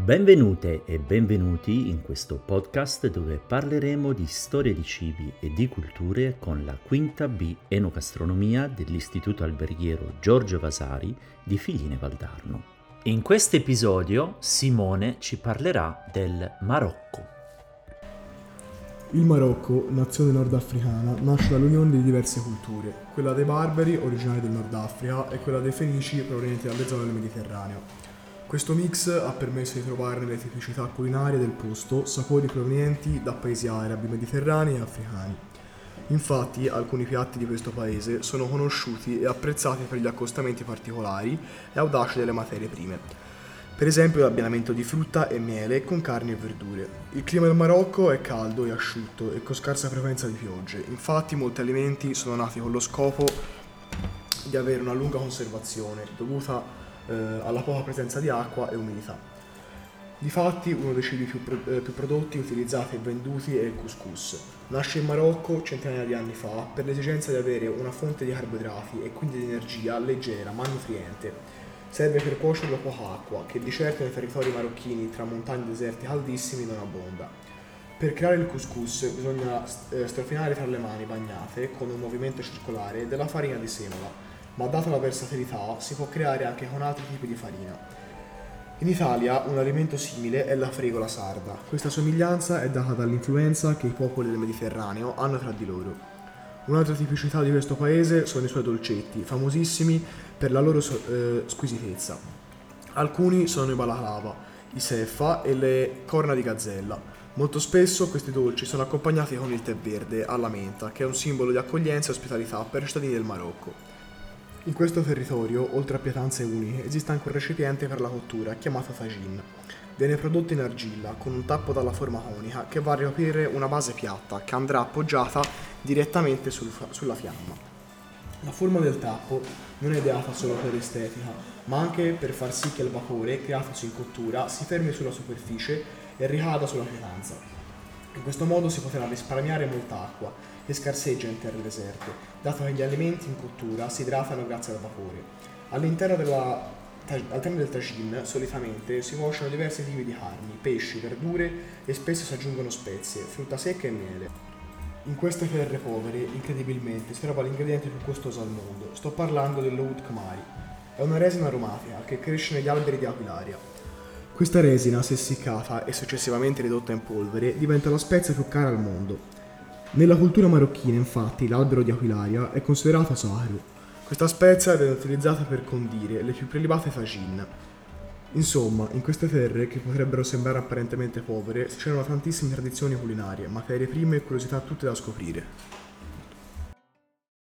Benvenute e benvenuti in questo podcast dove parleremo di storia di cibi e di culture con la quinta B Enogastronomia dell'Istituto Alberghiero Giorgio Vasari di Figline Valdarno. In questo episodio Simone ci parlerà del Marocco. Il Marocco, nazione nordafricana, nasce dall'unione di diverse culture, quella dei barbari, originari del Nord Africa, e quella dei fenici, provenienti dalle zone del Mediterraneo. Questo mix ha permesso di trovare nelle tipicità culinarie del posto sapori provenienti da paesi arabi, mediterranei e africani. Infatti, alcuni piatti di questo paese sono conosciuti e apprezzati per gli accostamenti particolari e audaci delle materie prime. Per esempio l'abbinamento di frutta e miele con carni e verdure. Il clima del Marocco è caldo e asciutto e con scarsa frequenza di piogge. Infatti molti alimenti sono nati con lo scopo di avere una lunga conservazione dovuta alla poca presenza di acqua e umidità. Difatti uno dei cibi più prodotti, utilizzati e venduti è il couscous. Nasce in Marocco centinaia di anni fa per l'esigenza di avere una fonte di carboidrati e quindi di energia leggera ma nutriente. Serve per cuocerlo poca acqua, che di certo nei territori marocchini tra montagne e deserti caldissimi non abbonda. Per creare il couscous bisogna strofinare tra le mani bagnate con un movimento circolare della farina di semola, ma data la versatilità si può creare anche con altri tipi di farina. In Italia un alimento simile è la fregola sarda. Questa somiglianza è data dall'influenza che i popoli del Mediterraneo hanno tra di loro. Un'altra tipicità di questo paese sono i suoi dolcetti, famosissimi per la loro squisitezza. Alcuni sono i balaclava, i seffa e le corna di gazzella. Molto spesso questi dolci sono accompagnati con il tè verde alla menta, che è un simbolo di accoglienza e ospitalità per i cittadini del Marocco. In questo territorio, oltre a pietanze uniche, esiste anche un recipiente per la cottura chiamato tagine. Viene prodotto in argilla con un tappo dalla forma conica che va a ricoprire una base piatta che andrà appoggiata direttamente sulla fiamma. La forma del tappo non è ideata solo per estetica, ma anche per far sì che il vapore creatosi in cottura si fermi sulla superficie e ricada sulla pietanza. In questo modo si potrà risparmiare molta acqua che scarseggia in terre deserte, dato che gli alimenti in cottura si idratano grazie al vapore. All'interno del tagine solitamente si cuociono diversi tipi di carni, pesci, verdure e spesso si aggiungono spezie, frutta secca e miele. In queste terre povere, incredibilmente, si trova l'ingrediente più costoso al mondo. Sto parlando dell'oud khmari. È una resina aromatica che cresce negli alberi di Aquilaria. Questa resina, se essiccata e successivamente ridotta in polvere, diventa la spezia più cara al mondo. Nella cultura marocchina, infatti, l'albero di Aquilaria è considerato sacro. Questa spezia viene utilizzata per condire le più prelibate tagine. Insomma, in queste terre, che potrebbero sembrare apparentemente povere, c'erano tantissime tradizioni culinarie, materie prime e curiosità tutte da scoprire.